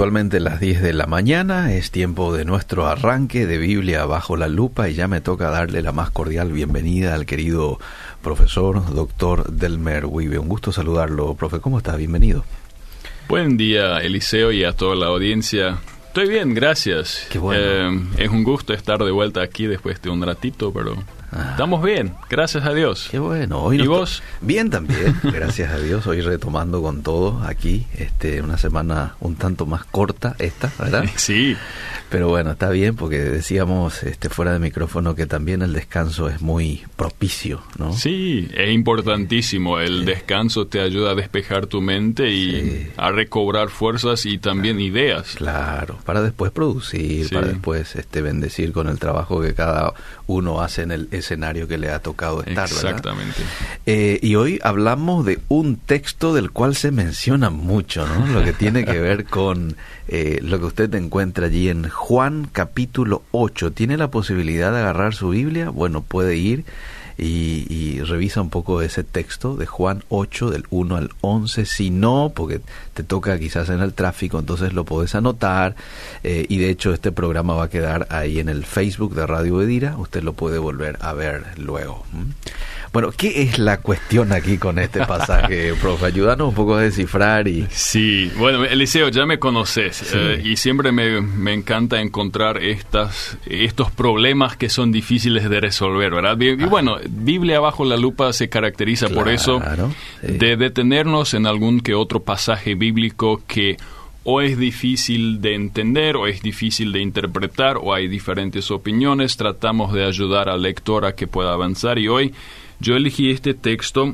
puntualmente las 10 de la mañana, es tiempo de nuestro arranque de Biblia bajo la lupa y ya me toca darle la más cordial bienvenida al querido profesor, doctor Delmer Wibe. Un gusto saludarlo, profe. ¿Cómo está? Bienvenido. Buen día, Eliseo, y a toda la audiencia. Estoy bien, gracias. Qué bueno. Es un gusto estar de vuelta aquí después de un ratito, pero estamos bien, gracias a Dios. Qué bueno. Hoy ¿Y vos? Bien también, gracias a Dios. Hoy retomando con todo aquí, una semana un tanto más corta esta, ¿verdad? Sí. Pero bueno, está bien porque decíamos fuera de micrófono que también el descanso es muy propicio, ¿no? Sí, es importantísimo. El descanso te ayuda a despejar tu mente y a recobrar fuerzas y también ideas. Claro, para después producir, para después bendecir con el trabajo que cada uno hace en el escenario que le ha tocado estar, Exactamente. ¿verdad? Y hoy hablamos de un texto del cual se menciona mucho, ¿no? Lo que tiene que ver con lo que usted encuentra allí en Juan capítulo 8. ¿Tiene la posibilidad de agarrar su Biblia? Bueno, puede ir y revisa un poco ese texto de Juan 8, del 1 al 11. Si no, porque te toca quizás en el tráfico, entonces lo podés anotar. Y de hecho este programa va a quedar ahí en el Facebook de Radio Bedira. Usted lo puede volver a ver luego. Bueno, ¿qué es la cuestión aquí con este pasaje, profe? Ayúdanos un poco a descifrar y... Sí, bueno, Eliseo, ya me conoces y siempre me encanta encontrar estos problemas que son difíciles de resolver, ¿verdad? Y bueno, Biblia bajo la lupa se caracteriza por eso, de detenernos en algún que otro pasaje bíblico que o es difícil de entender o es difícil de interpretar o hay diferentes opiniones. Tratamos de ayudar al lector a que pueda avanzar y hoy yo elegí este texto,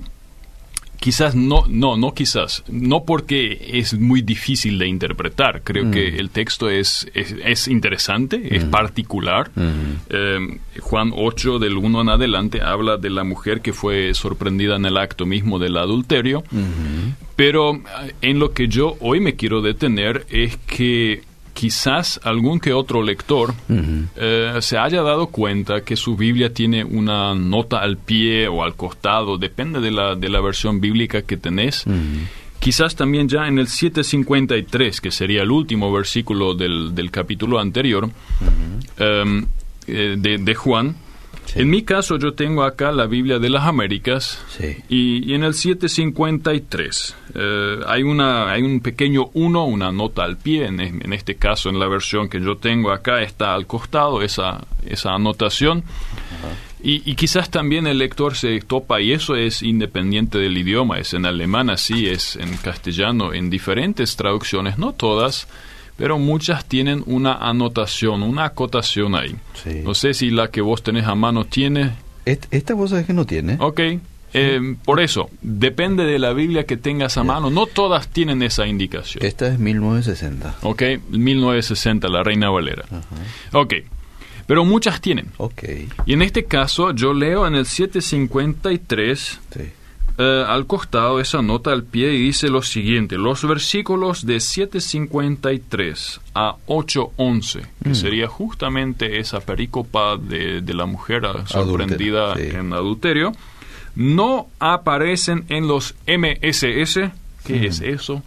no porque es muy difícil de interpretar. Creo que el texto es interesante, es particular. Juan 8, del 1 en adelante, habla de la mujer que fue sorprendida en el acto mismo del adulterio. Pero en lo que yo hoy me quiero detener es que quizás algún que otro lector se haya dado cuenta que su Biblia tiene una nota al pie o al costado, depende de la versión bíblica que tenés. Quizás también ya en el 753, que sería el último versículo del capítulo anterior de Juan. Sí. En mi caso yo tengo acá la Biblia de las Américas y en el 753 hay un pequeño 1, una nota al pie, en este caso en la versión que yo tengo acá está al costado esa anotación. Y quizás también el lector se topa, y eso es independiente del idioma, es en alemán así, es en castellano, en diferentes traducciones, no todas, pero muchas tienen una anotación, una acotación ahí. Sí. No sé si la que vos tenés a mano tiene. Esta vos sabés que no tiene. Ok. Por eso, depende de la Biblia que tengas a mano. No todas tienen esa indicación. Esta es 1960. Ok, 1960, la Reina Valera. Ok. Pero muchas tienen. Ok. Y en este caso, yo leo en el 753... al costado esa nota al pie y dice lo siguiente: los versículos de 753 a 8:11, que sería justamente esa perícopa de la mujer sorprendida en adulterio, no aparecen en los MSS. ¿Qué es eso?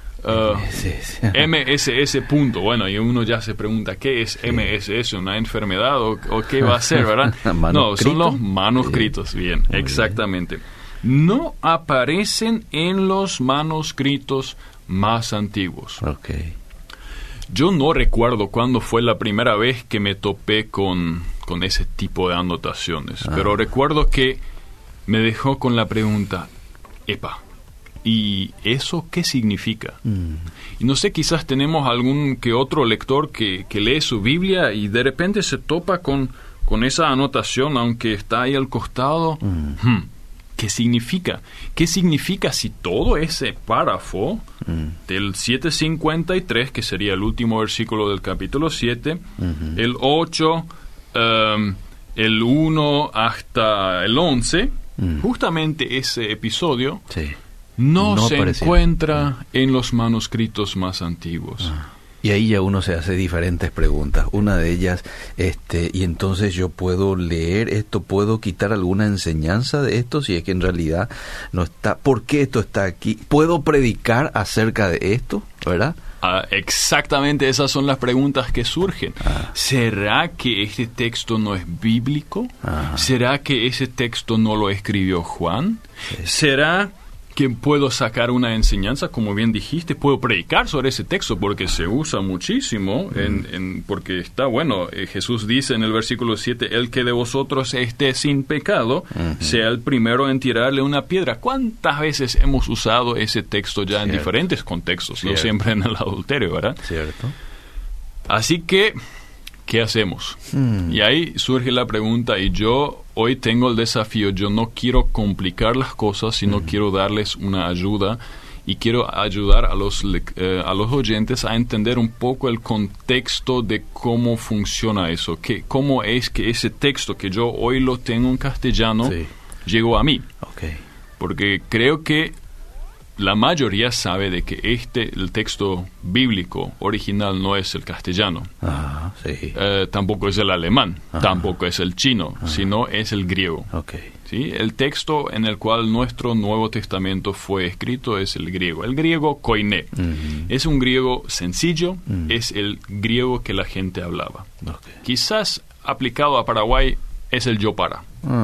MSS punto. Bueno, y uno ya se pregunta, ¿qué es MSS? ¿Una enfermedad o qué va a ser, verdad? No, son los manuscritos. Bien, exactamente. No aparecen en los manuscritos más antiguos. Okay. Yo no recuerdo cuándo fue la primera vez que me topé con ese tipo de anotaciones, pero recuerdo que me dejó con la pregunta, epa, ¿y eso qué significa? Y no sé, quizás tenemos algún que otro lector que lee su Biblia y de repente se topa con esa anotación, aunque está ahí al costado. ¿Qué significa? ¿Qué significa si todo ese párrafo del 753, que sería el último versículo del capítulo 7, el 8, el 1 hasta el 11, justamente ese episodio no se encuentra en los manuscritos más antiguos? Y ahí ya uno se hace diferentes preguntas. Una de ellas, y entonces yo puedo leer esto, puedo quitar alguna enseñanza de esto, si es que en realidad no está. ¿Por qué esto está aquí? ¿Puedo predicar acerca de esto? ¿Verdad? Exactamente, esas son las preguntas que surgen. ¿Será que este texto no es bíblico? Ajá. ¿Será que ese texto no lo escribió Juan? Sí. ¿Será que puedo sacar una enseñanza? Como bien dijiste, puedo predicar sobre ese texto porque se usa muchísimo, porque está bueno. Jesús dice en el versículo 7, el que de vosotros esté sin pecado, sea el primero en tirarle una piedra. ¿Cuántas veces hemos usado ese texto ya en diferentes contextos? No siempre en el adulterio, ¿verdad? Cierto. Así que, ¿qué hacemos? Y ahí surge la pregunta, y yo hoy tengo el desafío. Yo no quiero complicar las cosas, sino quiero darles una ayuda, y quiero ayudar a los oyentes a entender un poco el contexto de cómo funciona eso, cómo es que ese texto que yo hoy lo tengo en castellano llegó a mí. Okay. Porque creo que la mayoría sabe de que el texto bíblico original no es el castellano. Sí. Tampoco es el alemán, tampoco es el chino, sino es el griego. Okay. ¿Sí? El texto en el cual nuestro Nuevo Testamento fue escrito es el griego koiné. Es un griego sencillo, es el griego que la gente hablaba. Okay. Quizás aplicado a Paraguay es el yopara.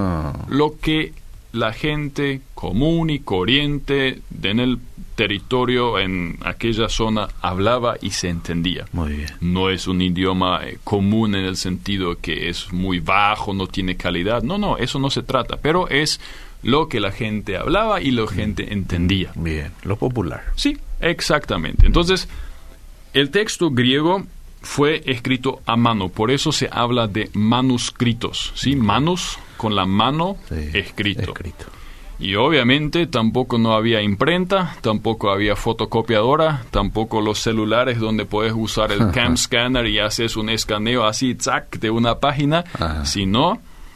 Lo que la gente común y corriente en el territorio, en aquella zona, hablaba y se entendía. Muy bien. No es un idioma común en el sentido que es muy bajo, no tiene calidad. No, eso no se trata. Pero es lo que la gente hablaba y la gente entendía. Bien, lo popular. Sí, exactamente. Entonces, el texto griego fue escrito a mano, por eso se habla de manuscritos, ¿sí? Manus, con la mano, escrito. Y obviamente tampoco no había imprenta, tampoco había fotocopiadora, tampoco los celulares donde puedes usar el cam scanner y haces un escaneo así, ¡zac!, de una página, sino,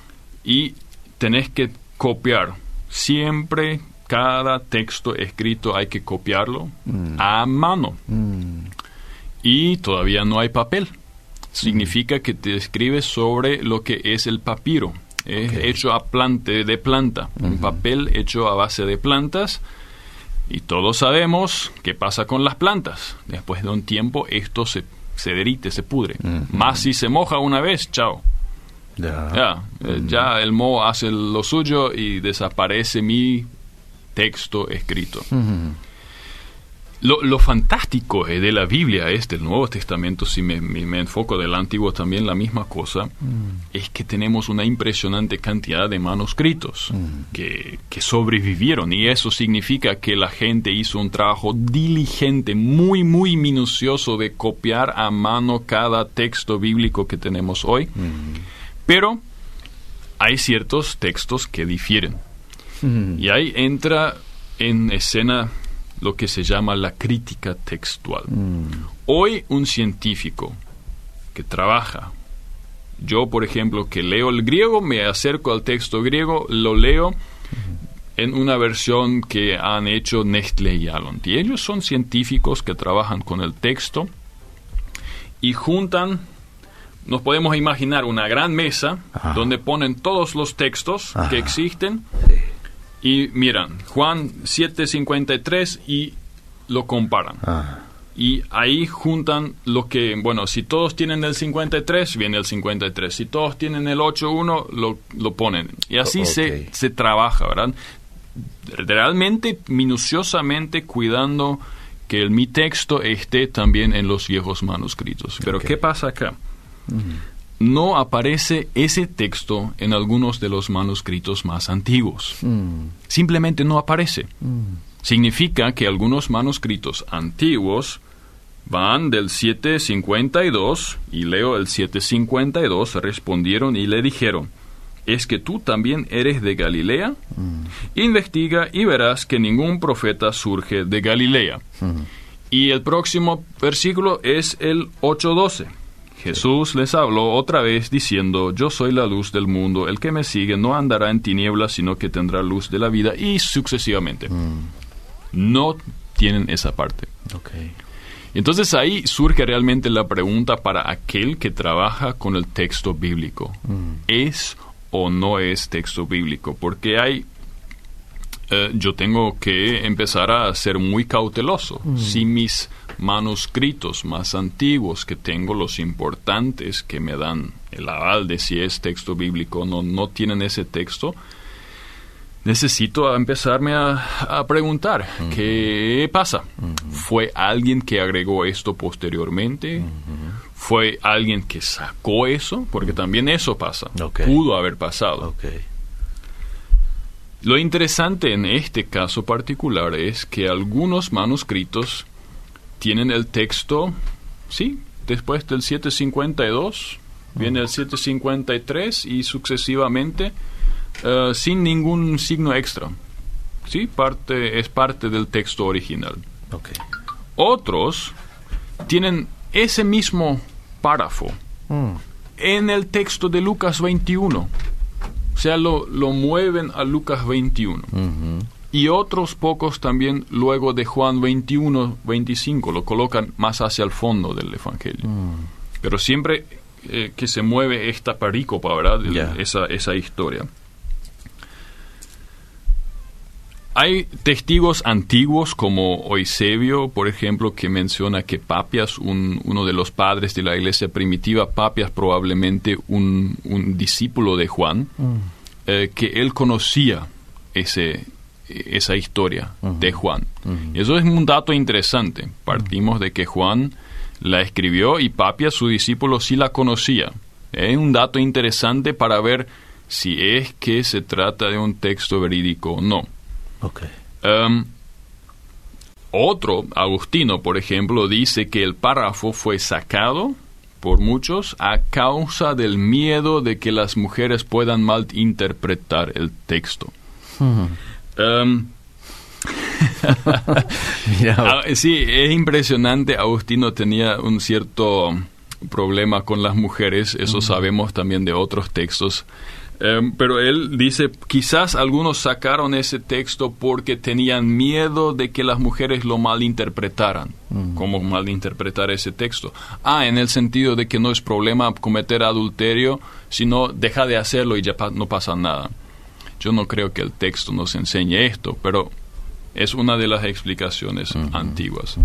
y tenés que copiar. Siempre, cada texto escrito hay que copiarlo a mano. Y todavía no hay papel. Significa que te escribes sobre lo que es el papiro. Es hecho de planta. Un papel hecho a base de plantas. Y todos sabemos qué pasa con las plantas. Después de un tiempo esto se derrite, se pudre. Más si se moja una vez, chao. Ya el moho hace lo suyo y desaparece mi texto escrito. Lo fantástico de la Biblia del Nuevo Testamento, si me enfoco del Antiguo también la misma cosa, es que tenemos una impresionante cantidad de manuscritos que sobrevivieron, y eso significa que la gente hizo un trabajo diligente, muy, muy minucioso de copiar a mano cada texto bíblico que tenemos hoy. Pero hay ciertos textos que difieren. Y ahí entra en escena lo que se llama la crítica textual. Hoy un científico que trabaja, yo por ejemplo que leo el griego, me acerco al texto griego, lo leo en una versión que han hecho Nestlé y Alont. Y ellos son científicos que trabajan con el texto y juntan, nos podemos imaginar una gran mesa donde ponen todos los textos que existen. Y miran, Juan 7:53 y lo comparan. Y ahí juntan lo que, si todos tienen el 53, viene el 53. Si todos tienen el 8:1, lo ponen. Y así se trabaja, ¿verdad? Realmente, minuciosamente cuidando que mi texto esté también en los viejos manuscritos. Pero ¿qué pasa acá? No aparece ese texto en algunos de los manuscritos más antiguos. Simplemente no aparece. Significa que algunos manuscritos antiguos van del 752, y leo el 752, respondieron y le dijeron, ¿es que tú también eres de Galilea? Investiga y verás que ningún profeta surge de Galilea. Y el próximo versículo es el 8:12. Jesús les habló otra vez diciendo, yo soy la luz del mundo, el que me sigue no andará en tinieblas, sino que tendrá luz de la vida, y sucesivamente. No tienen esa parte. Entonces ahí surge realmente la pregunta para aquel que trabaja con el texto bíblico. ¿Es o no es texto bíblico? Porque yo tengo que empezar a ser muy cauteloso. Si mis manuscritos más antiguos que tengo, los importantes que me dan el aval de si es texto bíblico o no tienen ese texto, necesito empezarme a preguntar, ¿qué pasa? ¿Fue alguien que agregó esto posteriormente? ¿Fue alguien que sacó eso? Porque también eso pasa. Pudo haber pasado. Lo interesante en este caso particular es que algunos manuscritos tienen el texto, sí, después del 752, viene el 753 y sucesivamente, sin ningún signo extra. Sí, es parte del texto original. Otros tienen ese mismo párrafo en el texto de Lucas 21. O sea, lo mueven a Lucas 21. Y otros pocos también luego de Juan 21, 25, lo colocan más hacia el fondo del Evangelio. Pero siempre que se mueve esta perícopa, ¿verdad? Esa historia. Hay testigos antiguos como Eusebio, por ejemplo, que menciona que Papias, uno de los padres de la iglesia primitiva, Papias probablemente un discípulo de Juan, que él conocía esa historia de Juan. Eso es un dato interesante. Partimos de que Juan la escribió y Papias, su discípulo, sí la conocía. Es un dato interesante para ver si es que se trata de un texto verídico o no. Otro, Agustino, por ejemplo, dice que el párrafo fue sacado por muchos a causa del miedo de que las mujeres puedan malinterpretar el texto. Sí, es impresionante. Agustino tenía un cierto problema con las mujeres, eso sabemos también de otros textos. Pero él dice, quizás algunos sacaron ese texto porque tenían miedo de que las mujeres lo malinterpretaran. ¿Cómo malinterpretar ese texto? En el sentido de que no es problema cometer adulterio, sino deja de hacerlo y ya no pasa nada. Yo no creo que el texto nos enseñe esto, pero es una de las explicaciones antiguas.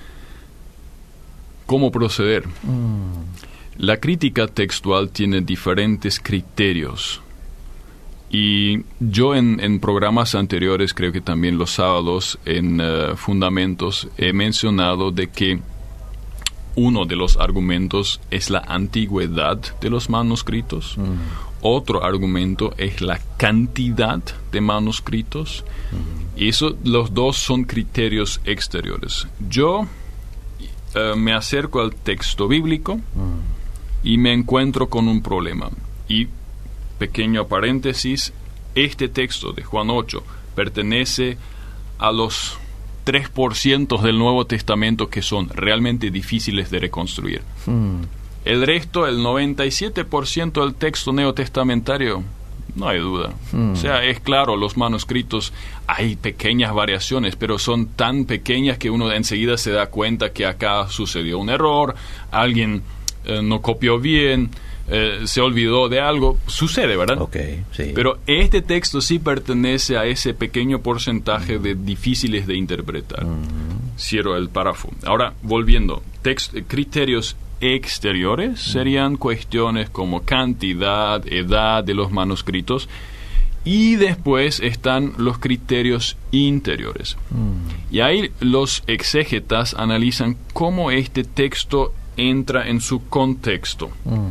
¿Cómo proceder? La crítica textual tiene diferentes criterios. Y yo en programas anteriores, creo que también los sábados, en Fundamentos, he mencionado de que uno de los argumentos es la antigüedad de los manuscritos. Otro argumento es la cantidad de manuscritos. Y los dos son criterios exteriores. Yo me acerco al texto bíblico y me encuentro con un problema. Y, pequeño paréntesis, este texto de Juan 8 pertenece a los 3% del Nuevo Testamento que son realmente difíciles de reconstruir. El resto, el 97% del texto neotestamentario, no hay duda. O sea, es claro, los manuscritos, hay pequeñas variaciones, pero son tan pequeñas que uno enseguida se da cuenta que acá sucedió un error, alguien no copió bien, se olvidó de algo. Sucede, ¿verdad? Sí. Pero este texto sí pertenece a ese pequeño porcentaje de difíciles de interpretar. Cierro el párrafo. Ahora, volviendo, criterios exteriores serían cuestiones como cantidad, edad de los manuscritos, y después están los criterios interiores. Y ahí los exégetas analizan cómo este texto entra en su contexto.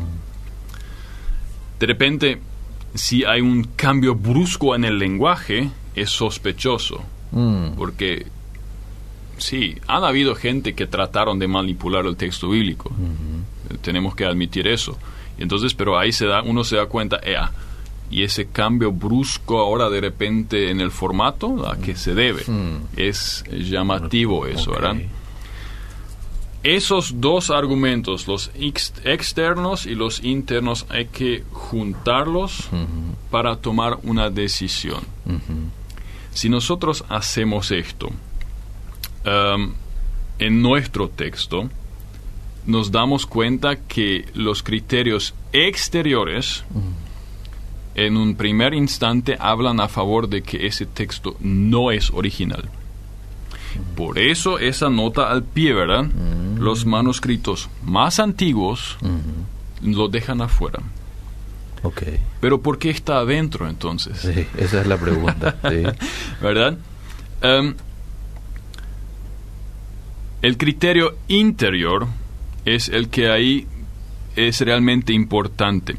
De repente, si hay un cambio brusco en el lenguaje, es sospechoso, porque sí, han habido gente que trataron de manipular el texto bíblico. Tenemos que admitir eso. Entonces, pero ahí uno se da cuenta, y ese cambio brusco ahora de repente en el formato, ¿a qué se debe? Es llamativo eso, ¿verdad? Esos dos argumentos, los externos y los internos, hay que juntarlos para tomar una decisión. Si nosotros hacemos esto, en nuestro texto nos damos cuenta que los criterios exteriores en un primer instante hablan a favor de que ese texto no es original. Por eso esa nota al pie, ¿verdad? Los manuscritos más antiguos lo dejan afuera. Okay. Pero ¿por qué está adentro entonces? Sí, esa es la pregunta. Sí. ¿Verdad? El criterio interior es el que ahí es realmente importante.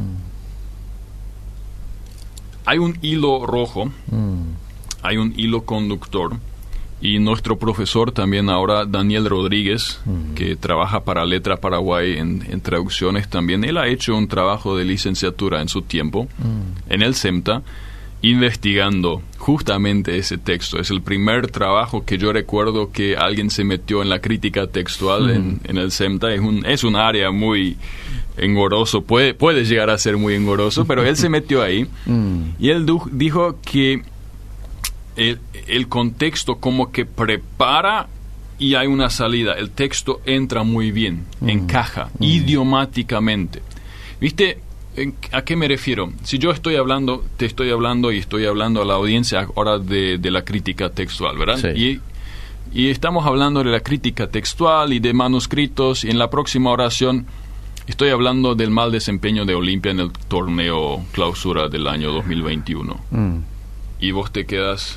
Hay un hilo rojo, hay un hilo conductor, y nuestro profesor también ahora, Daniel Rodríguez, que trabaja para Letra Paraguay en traducciones también, él ha hecho un trabajo de licenciatura en su tiempo, en el SEMTA, investigando justamente ese texto. Es el primer trabajo que yo recuerdo que alguien se metió en la crítica textual en el SEMTA. Es un área muy engorroso, puede llegar a ser muy engorroso, pero él se metió ahí y él dijo que el contexto como que prepara y hay una salida. El texto entra muy bien, encaja idiomáticamente. ¿Viste? ¿A qué me refiero? Si yo te estoy hablando y estoy hablando a la audiencia ahora de la crítica textual, ¿verdad? Sí. Y estamos hablando de la crítica textual y de manuscritos, y en la próxima oración estoy hablando del mal desempeño de Olimpia en el torneo clausura del año 2021. Y vos te quedas...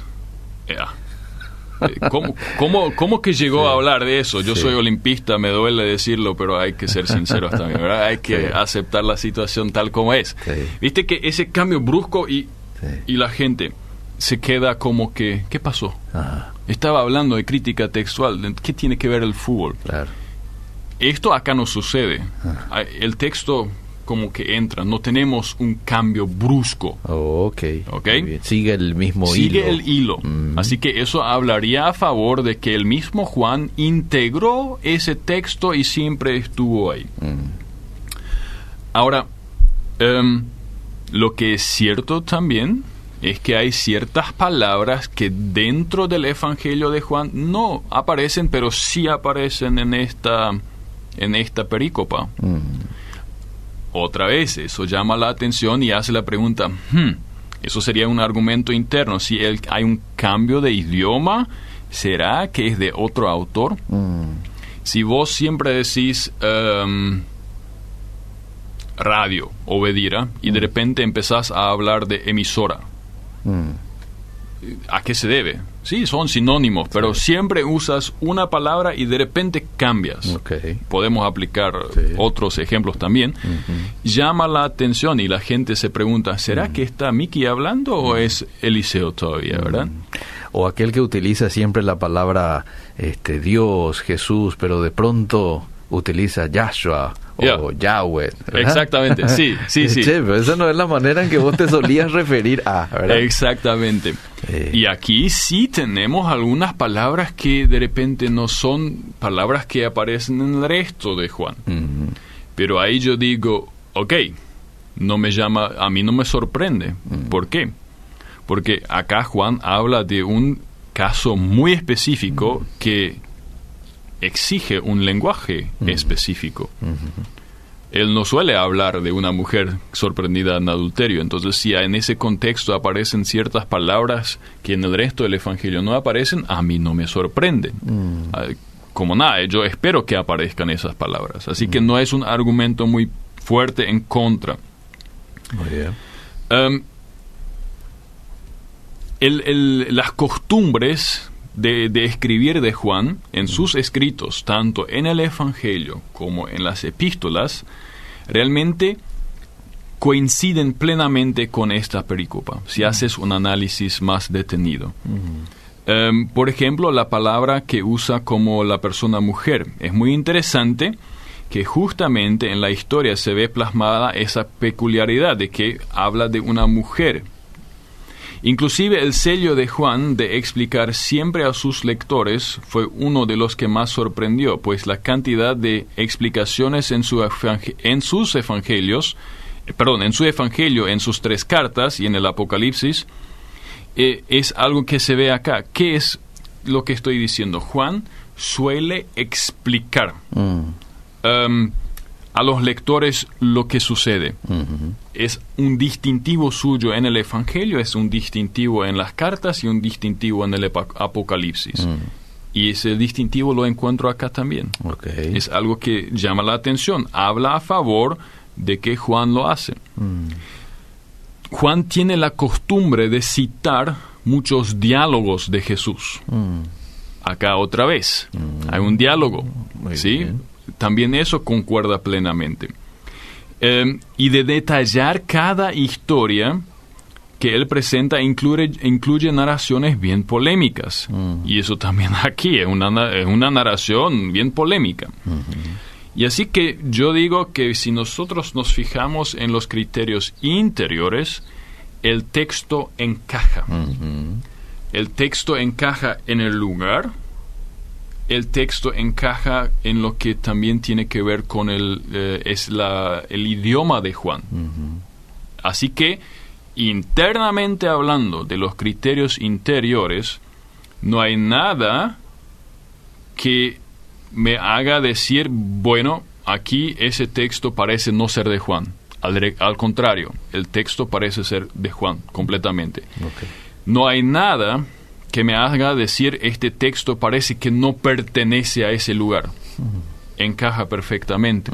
¿Cómo que llegó a hablar de eso? Yo soy olimpista, me duele decirlo, pero hay que ser sinceros también, ¿verdad? Hay que aceptar la situación tal como es. Viste que ese cambio brusco y la gente se queda como que, ¿qué pasó? Estaba hablando de crítica textual, ¿qué tiene que ver el fútbol? Claro. Esto acá no sucede. El texto como que entra, no tenemos un cambio brusco. Okay. Sigue el mismo hilo. Sigue el hilo. Así que eso hablaría a favor de que el mismo Juan integró ese texto y siempre estuvo ahí. Ahora, lo que es cierto también es que hay ciertas palabras que dentro del Evangelio de Juan no aparecen, pero sí aparecen en esta perícopa. Otra vez, eso llama la atención y hace la pregunta, eso sería un argumento interno. Si hay un cambio de idioma, ¿será que es de otro autor? Si vos siempre decís radio, obedira, y de repente empezás a hablar de emisora, ¿a qué se debe? Sí, son sinónimos, pero siempre usas una palabra y de repente cambias. Podemos aplicar otros ejemplos también. Llama la atención y la gente se pregunta, ¿será que está Miki hablando o es Eliseo todavía, verdad? O aquel que utiliza siempre la palabra Dios, Jesús, pero de pronto utiliza Yahshua o Yahweh, ¿verdad? Exactamente, sí. Che, pero esa no es la manera en que vos te solías referir a, ¿verdad? Exactamente. Y aquí sí tenemos algunas palabras que de repente no son palabras que aparecen en el resto de Juan. Pero ahí yo digo, a mí no me sorprende. ¿Por qué? Porque acá Juan habla de un caso muy específico que exige un lenguaje específico. Él no suele hablar de una mujer sorprendida en adulterio. Entonces, si en ese contexto aparecen ciertas palabras que en el resto del Evangelio no aparecen, a mí no me sorprenden. Como nada, yo espero que aparezcan esas palabras. Así que no es un argumento muy fuerte en contra. Muy bien. Las costumbres de escribir de Juan en sus escritos, tanto en el Evangelio como en las epístolas, realmente coinciden plenamente con esta perícopa, si haces un análisis más detenido. Por ejemplo, la palabra que usa como la persona mujer. Es muy interesante que justamente en la historia se ve plasmada esa peculiaridad de que habla de una mujer. Inclusive el sello de Juan de explicar siempre a sus lectores fue uno de los que más sorprendió, pues la cantidad de explicaciones en su evangelio, en sus 3 cartas y en el Apocalipsis, es algo que se ve acá. ¿Qué es lo que estoy diciendo? Juan suele explicar a los lectores lo que sucede. Es un distintivo suyo en el Evangelio, es un distintivo en las cartas y un distintivo en el Apocalipsis. Y ese distintivo lo encuentro acá también. Okay. Es algo que llama la atención. Habla a favor de que Juan lo hace. Juan tiene la costumbre de citar muchos diálogos de Jesús. Acá otra vez. Hay un diálogo. ¿Sí? Bien. También eso concuerda plenamente. Y de detallar cada historia que él presenta incluye narraciones bien polémicas. Y eso también aquí es una narración bien polémica. Y así que yo digo que si nosotros nos fijamos en los criterios interiores, el texto encaja. El texto encaja en el lugar. El texto encaja en lo que también tiene que ver con el idioma de Juan. Así que, internamente hablando de los criterios interiores, no hay nada que me haga decir, bueno, aquí ese texto parece no ser de Juan. Al contrario, el texto parece ser de Juan completamente. Okay. No hay nada que me haga decir, este texto parece que no pertenece a ese lugar. Encaja perfectamente.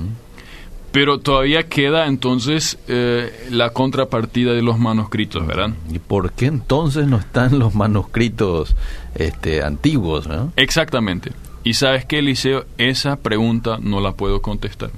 Pero todavía queda entonces la contrapartida de los manuscritos, ¿verdad? ¿Y por qué entonces no están los manuscritos antiguos, ¿no? Exactamente. Y ¿sabes qué, Eliseo? Esa pregunta no la puedo contestar.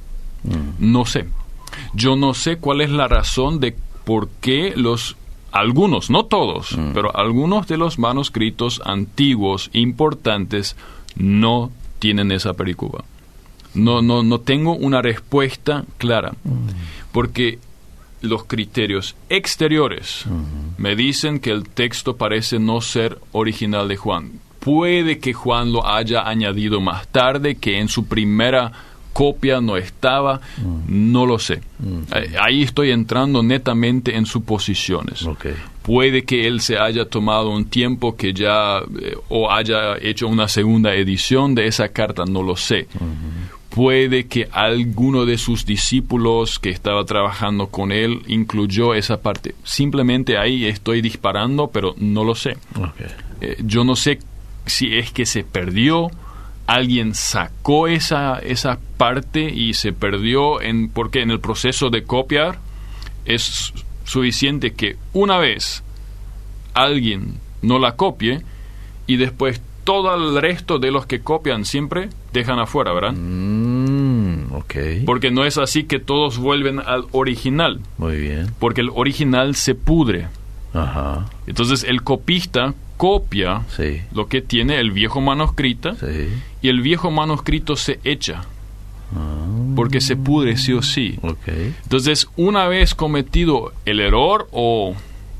No sé. Yo no sé cuál es la razón de por qué algunos, no todos, pero algunos de los manuscritos antiguos importantes no tienen esa pericopa. No tengo una respuesta clara, porque los criterios exteriores me dicen que el texto parece no ser original de Juan. Puede que Juan lo haya añadido más tarde, que en su primera copia no estaba, no lo sé. Ahí estoy entrando netamente en suposiciones. Okay. Puede que él se haya tomado un tiempo que ya o haya hecho una segunda edición de esa carta, no lo sé. Puede que alguno de sus discípulos que estaba trabajando con él incluyó esa parte. Simplemente ahí estoy disparando, pero no lo sé. Okay. Yo no sé si es que se perdió. Alguien sacó esa parte y se perdió porque en el proceso de copiar es suficiente que una vez alguien no la copie y después todo el resto de los que copian siempre dejan afuera, ¿verdad? Okay. Porque no es así que todos vuelven al original. Muy bien. Porque el original se pudre. Ajá. Entonces el copista copia lo que tiene el viejo manuscrito y el viejo manuscrito se echa porque se pudre sí o sí. Okay. Entonces, una vez cometido el error o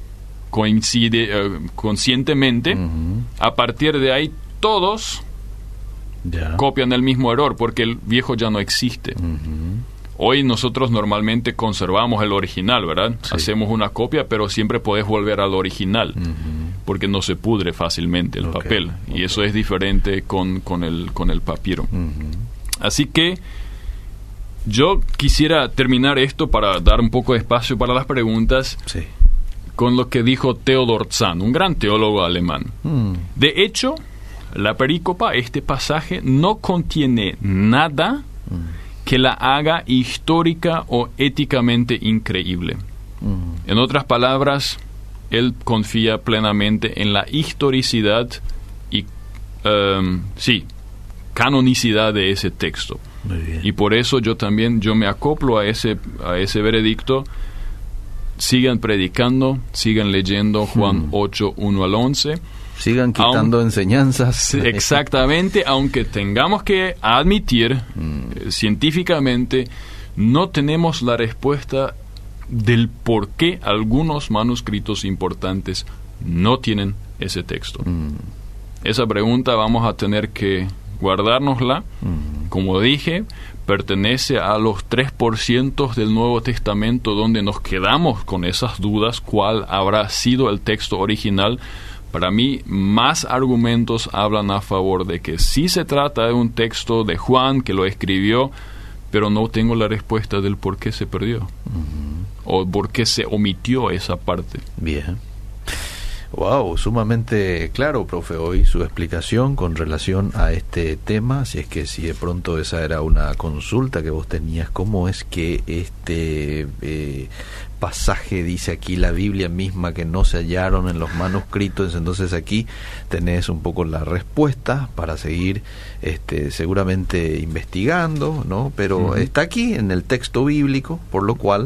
conscientemente, a partir de ahí todos copian el mismo error porque el viejo ya no existe. Hoy nosotros normalmente conservamos el original, ¿verdad? Sí. Hacemos una copia, pero siempre podés volver al original, porque no se pudre fácilmente el papel. Y eso es diferente con el papiro. Así que yo quisiera terminar esto para dar un poco de espacio para las preguntas con lo que dijo Theodor Zahn, un gran teólogo alemán. De hecho, la perícopa, este pasaje, no contiene nada que la haga histórica o éticamente increíble. En otras palabras, él confía plenamente en la historicidad y canonicidad de ese texto. Muy bien. Y por eso yo me acoplo a ese veredicto. Sigan predicando, sigan leyendo Juan 8, 1 al 11. Sigan quitando enseñanzas. Exactamente, aunque tengamos que admitir científicamente, no tenemos la respuesta del por qué algunos manuscritos importantes no tienen ese texto. Esa pregunta vamos a tener que guardárnosla. Como dije, pertenece a los 3% del Nuevo Testamento donde nos quedamos con esas dudas, cuál habrá sido el texto original, Para mí, más argumentos hablan a favor de que sí se trata de un texto de Juan que lo escribió, pero no tengo la respuesta del por qué se perdió. O por qué se omitió esa parte. Bien. Wow, sumamente claro, profe, hoy su explicación con relación a este tema. Si de pronto esa era una consulta que vos tenías, ¿cómo es que este pasaje dice aquí la Biblia misma que no se hallaron en los manuscritos? Entonces aquí tenés un poco la respuesta para seguir seguramente investigando, ¿no? Pero está aquí en el texto bíblico, por lo cual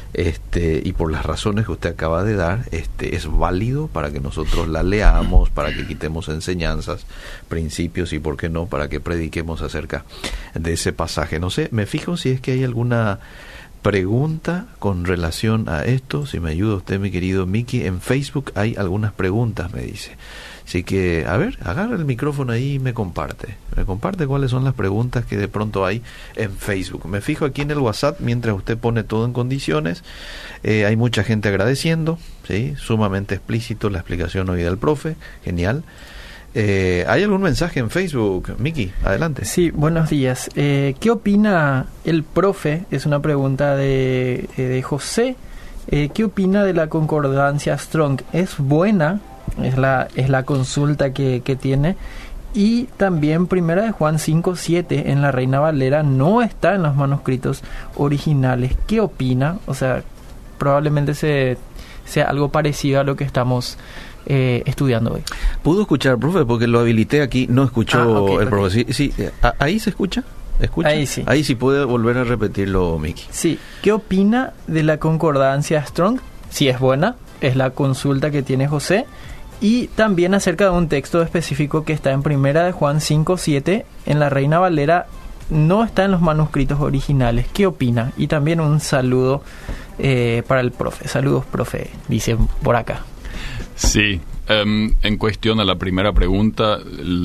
y por las razones que usted acaba de dar, es válido para que nosotros la leamos, para que quitemos enseñanzas, principios y, por qué no, para que prediquemos acerca de ese pasaje. No sé, me fijo si es que hay alguna pregunta con relación a esto. Si me ayuda usted, mi querido Miki, en Facebook hay algunas preguntas, me dice. Así que, a ver, agarra el micrófono ahí y me comparte cuáles son las preguntas que de pronto hay en Facebook. Me fijo aquí en el WhatsApp mientras usted pone todo en condiciones. Hay mucha gente agradeciendo, ¿sí? Sumamente explícito la explicación hoy del profe, genial. ¿Hay algún mensaje en Facebook? Miki, adelante. Sí, buenos días. ¿Qué opina el profe? Es una pregunta de José. ¿Qué opina de la concordancia Strong? ¿Es buena? Es la consulta que tiene. Y también Primera de Juan 5:7 en la Reina Valera no está en los manuscritos originales. ¿Qué opina? O sea, probablemente sea algo parecido a lo que estamos estudiando hoy. ¿Pudo escuchar, profe? Porque lo habilité aquí, no escuchó okay, el profe. Sí, ¿ahí se escucha? ¿Escucha? Ahí sí puede volver a repetirlo, Miki. Sí. ¿Qué opina de la concordancia Strong? Si es buena, es la consulta que tiene José. Y también acerca de un texto específico que está en Primera de Juan 5:7 en la Reina Valera, no está en los manuscritos originales. ¿Qué opina? Y también un saludo para el profe. Saludos, profe, dice por acá. Sí, en cuestión a la primera pregunta,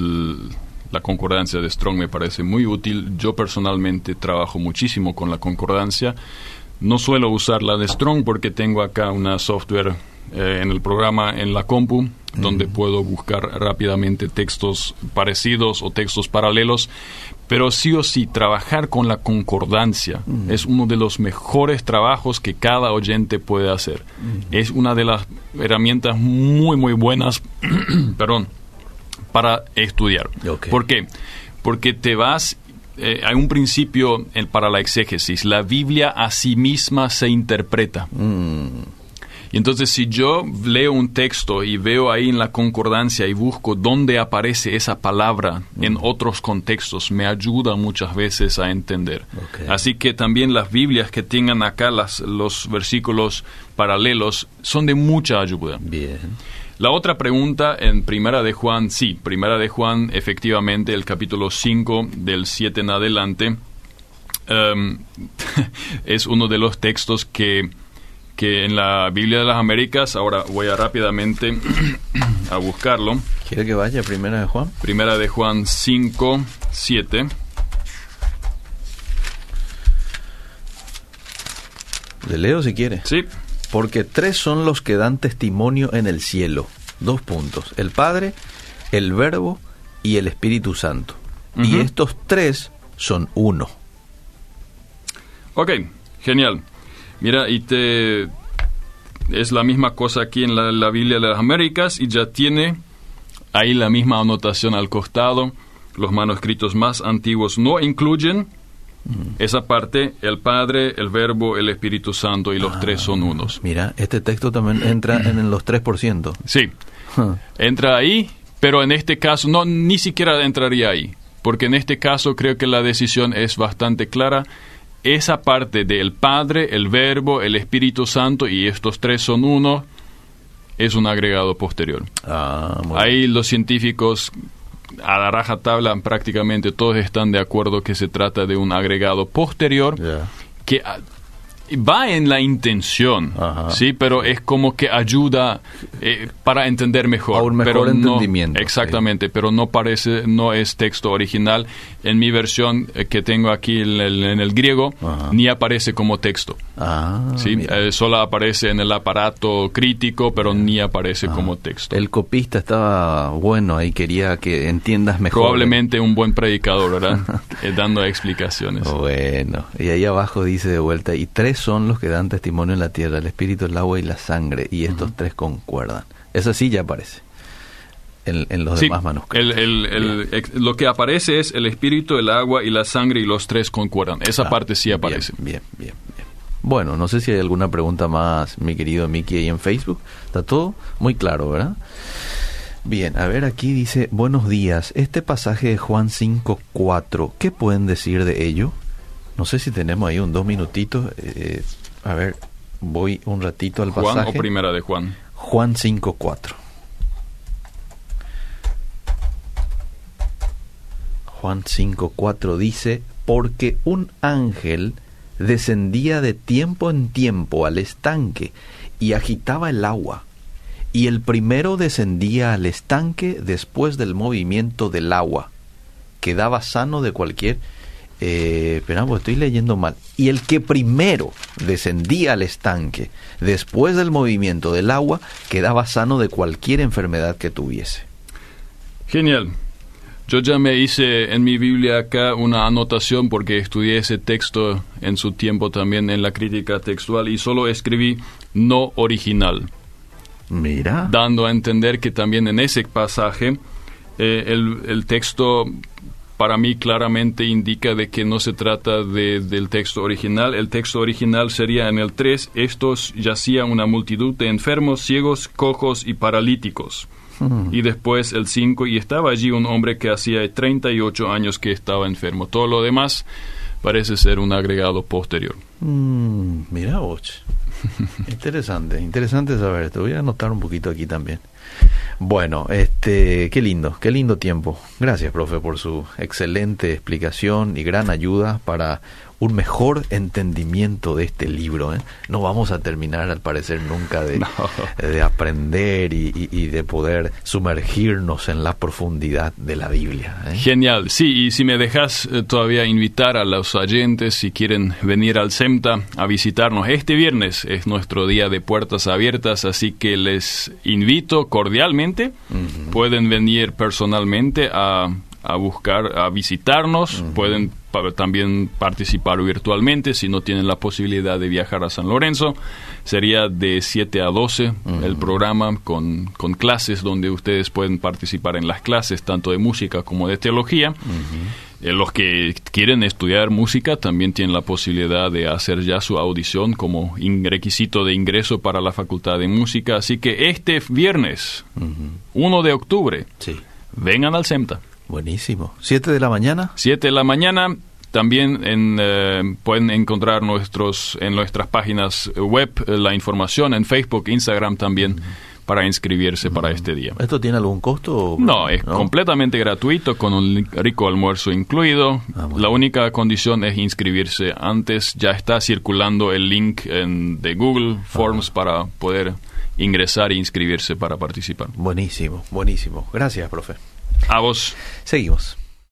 la concordancia de Strong me parece muy útil. Yo personalmente trabajo muchísimo con la concordancia. No suelo usar la de Strong porque tengo acá una software en el programa en la compu, donde puedo buscar rápidamente textos parecidos o textos paralelos, pero sí o sí trabajar con la concordancia es uno de los mejores trabajos que cada oyente puede hacer. Es una de las herramientas muy muy buenas para estudiar. Okay. ¿Por qué? Porque te vas hay un principio para la exégesis: la Biblia a sí misma se interpreta. Y entonces, si yo leo un texto y veo ahí en la concordancia y busco dónde aparece esa palabra en otros contextos, me ayuda muchas veces a entender. Okay. Así que también las Biblias que tengan acá los versículos paralelos son de mucha ayuda. Bien. La otra pregunta en Primera de Juan, sí, Primera de Juan, efectivamente, el capítulo 5, del 7 en adelante, es uno de los textos que en la Biblia de las Américas, ahora voy a rápidamente a buscarlo. ¿Quiere que vaya a Primera de Juan? Primera de Juan 5, 7. Le leo si quiere. Sí. Porque 3 son los que dan testimonio en el cielo. 2 puntos. El Padre, el Verbo y el Espíritu Santo. Y estos 3 son uno. Ok, genial. Mira, es la misma cosa aquí en la Biblia de las Américas, y ya tiene ahí la misma anotación al costado. Los manuscritos más antiguos no incluyen esa parte: el Padre, el Verbo, el Espíritu Santo, y los 3 son unos. Mira, este texto también entra en los 3%. Sí, entra ahí, pero en este caso ni siquiera entraría ahí, porque en este caso creo que la decisión es bastante clara. Esa parte del Padre, el Verbo, el Espíritu Santo y estos 3 son uno, es un agregado posterior. Ahí los científicos a la rajatabla prácticamente todos están de acuerdo que se trata de un agregado posterior, que Va en la intención, Ajá. sí, pero es como que ayuda para entender mejor. A un mejor pero entendimiento. No, exactamente, pero no es texto original. En mi versión que tengo aquí en el griego, Ajá. ni aparece como texto. ¿Sí? Solo aparece en el aparato crítico, pero ni aparece como texto. El copista estaba bueno, ahí quería que entiendas mejor. Probablemente un buen predicador, ¿verdad? Dando explicaciones. Bueno, y ahí abajo dice de vuelta, y 3 son los que dan testimonio en la tierra, el espíritu, el agua y la sangre, y estos 3 concuerdan. Eso sí ya aparece en los demás manuscritos. Lo que aparece es el espíritu, el agua y la sangre, y los 3 concuerdan. Esa parte sí aparece. Bien. Bueno, no sé si hay alguna pregunta más, mi querido Miki, ahí en Facebook. Está todo muy claro, ¿verdad? Bien, a ver, aquí dice, buenos días, este pasaje de Juan 5:4, ¿qué pueden decir de ello? No sé si tenemos ahí 2 minutitos. A ver, voy un ratito al pasaje. ¿Juan o primera de Juan? Juan 5:4. Juan 5:4 dice, porque un ángel descendía de tiempo en tiempo al estanque y agitaba el agua. Y el primero descendía al estanque después del movimiento del agua. Quedaba sano de cualquier... Espera, pues estoy leyendo mal. Y el que primero descendía al estanque después del movimiento del agua quedaba sano de cualquier enfermedad que tuviese. Genial. Yo ya me hice en mi Biblia acá una anotación porque estudié ese texto en su tiempo también en la crítica textual y solo escribí no original. Mira. Dando a entender que también en ese pasaje el texto para mí claramente indica de que no se trata del texto original. El texto original sería en el 3, estos yacían una multitud de enfermos, ciegos, cojos y paralíticos. Y después el 5, y estaba allí un hombre que hacía 38 años que estaba enfermo. Todo lo demás parece ser un agregado posterior. Mira vos. Interesante saber. Te voy a anotar un poquito aquí también. Bueno, qué lindo tiempo. Gracias, profe, por su excelente explicación y gran ayuda para un mejor entendimiento de este libro. No vamos a terminar, al parecer, nunca de aprender y de poder sumergirnos en la profundidad de la Biblia. Genial. Sí, y si me dejas todavía invitar a los oyentes, si quieren venir al CEMTA a visitarnos, este viernes es nuestro día de puertas abiertas, así que les invito cordialmente. Pueden venir personalmente a visitarnos, pueden también participar virtualmente si no tienen la posibilidad de viajar a San Lorenzo. Sería de 7 a 12 el programa con clases donde ustedes pueden participar en las clases tanto de música como de teología. Los que quieren estudiar música también tienen la posibilidad de hacer ya su audición como requisito de ingreso para la Facultad de Música. Así que este viernes, 1 de octubre, vengan al CEMTA. Buenísimo. 7 de la mañana. 7 de la mañana. También pueden encontrar en nuestras páginas web la información en Facebook, Instagram también para inscribirse para este día. ¿Esto tiene algún costo? No, es completamente gratuito con un rico almuerzo incluido. La única condición es inscribirse antes. Ya está circulando el link de Google Forms para poder ingresar e inscribirse para participar. Buenísimo. Gracias, profe. A vos. Seguimos.